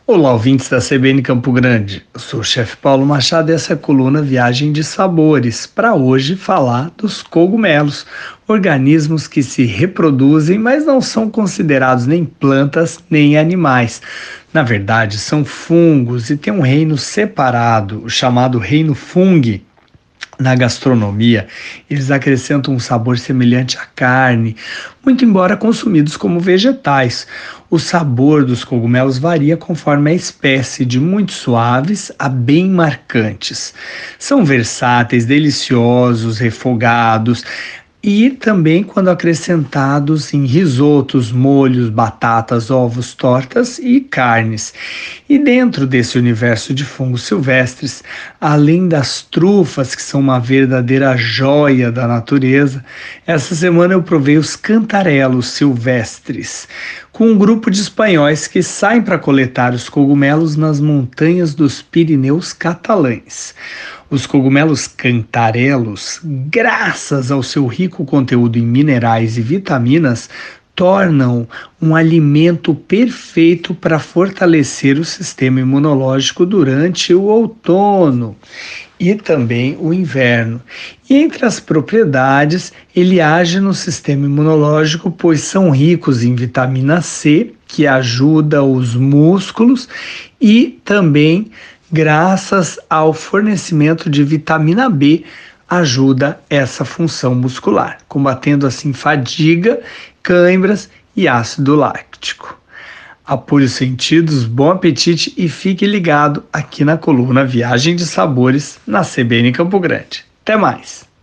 Olá, ouvintes da CBN Campo Grande. Eu sou o chefe Paulo Machado e essa é a coluna Viagem de Sabores, para hoje falar dos cogumelos, organismos que se reproduzem, mas não são considerados nem plantas nem animais. Na verdade, são fungos e têm um reino separado, o chamado reino fungi. Na gastronomia, eles acrescentam um sabor semelhante à carne, muito embora consumidos como vegetais. O sabor dos cogumelos varia conforme a espécie, de muito suaves a bem marcantes. São versáteis, deliciosos, refogados e também quando acrescentados em risotos, molhos, batatas, ovos, tortas e carnes. E dentro desse universo de fungos silvestres, além das trufas, que são uma verdadeira joia da natureza, essa semana eu provei os cantarelos silvestres, com um grupo de espanhóis que saem para coletar os cogumelos nas montanhas dos Pirineus catalães. Os cogumelos cantarelos, graças ao seu rico conteúdo em minerais e vitaminas, tornam um alimento perfeito para fortalecer o sistema imunológico durante o outono e também o inverno. E entre as propriedades, ele age no sistema imunológico, pois são ricos em vitamina C, que ajuda os músculos, e também, graças ao fornecimento de vitamina B, ajuda essa função muscular, combatendo assim fadiga, cãibras e ácido láctico. Apure os sentidos, bom apetite e fique ligado aqui na coluna Viagem de Sabores na CBN Campo Grande. Até mais!